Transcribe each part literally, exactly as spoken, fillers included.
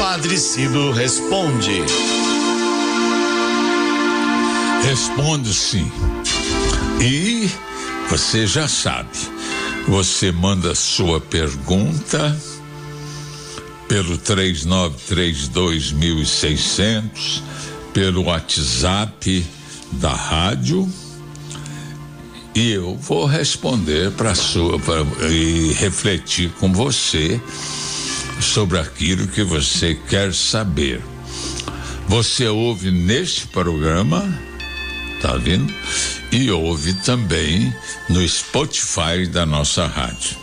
Padre Cido responde. Respondo sim. E você já sabe, você manda sua pergunta pelo três nove três dois mil e seiscentos, pelo WhatsApp da rádio, e eu vou responder para sua pra, e refletir com você sobre aquilo que você quer saber. Você ouve neste programa, tá vendo? E ouve também no Spotify da nossa rádio.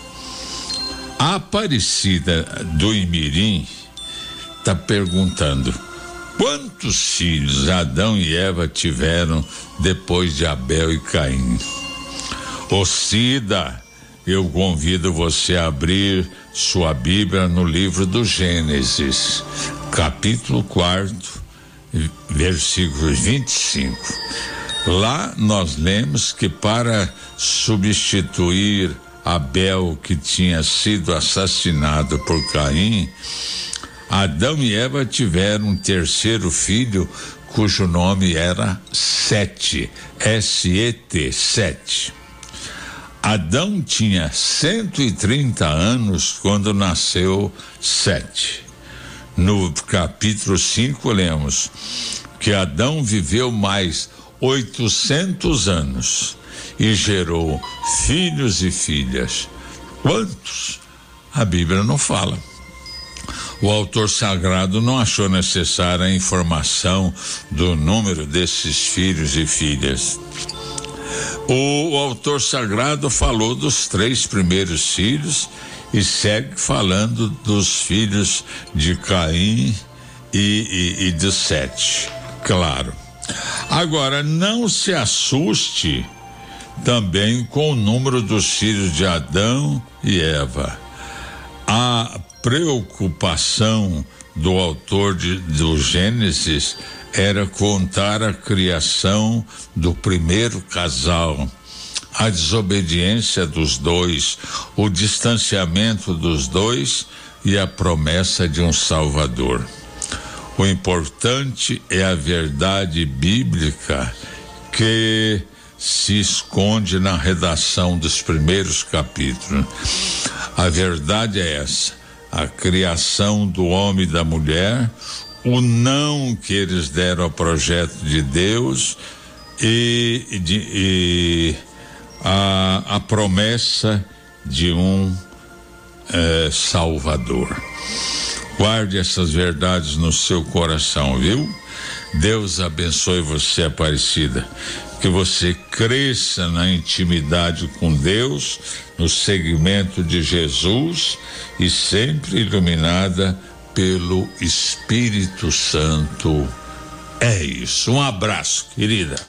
A Aparecida do Imirim tá perguntando: quantos filhos Adão e Eva tiveram depois de Abel e Caim? Ô Cida, eu convido você a abrir sua Bíblia no livro do Gênesis, capítulo quarto, versículo vinte e cinco. Lá nós lemos que para substituir Abel, que tinha sido assassinado por Caim, Adão e Eva tiveram um terceiro filho cujo nome era Sete, S E T, Sete. Adão tinha cento e trinta anos quando nasceu Sete. No capítulo cinco lemos que Adão viveu mais oitocentos anos e gerou filhos e filhas. Quantos? A Bíblia não fala. O autor sagrado não achou necessária a informação do número desses filhos e filhas. O, o autor sagrado falou dos três primeiros filhos e segue falando dos filhos de Caim e, e, e de Sete, claro. Agora, não se assuste também com o número dos filhos de Adão e Eva. A preocupação do autor de, do Gênesis era contar a criação do primeiro casal, a desobediência dos dois, o distanciamento dos dois e a promessa de um Salvador. O importante é a verdade bíblica que se esconde na redação dos primeiros capítulos. A verdade é essa: a criação do homem e da mulher, o não que eles deram ao projeto de Deus e, de, e a, a promessa de um eh, Salvador. Guarde essas verdades no seu coração, viu? Deus abençoe você, Aparecida. Que você cresça na intimidade com Deus, no seguimento de Jesus e sempre iluminada pelo Espírito Santo. É isso. Um abraço, querida.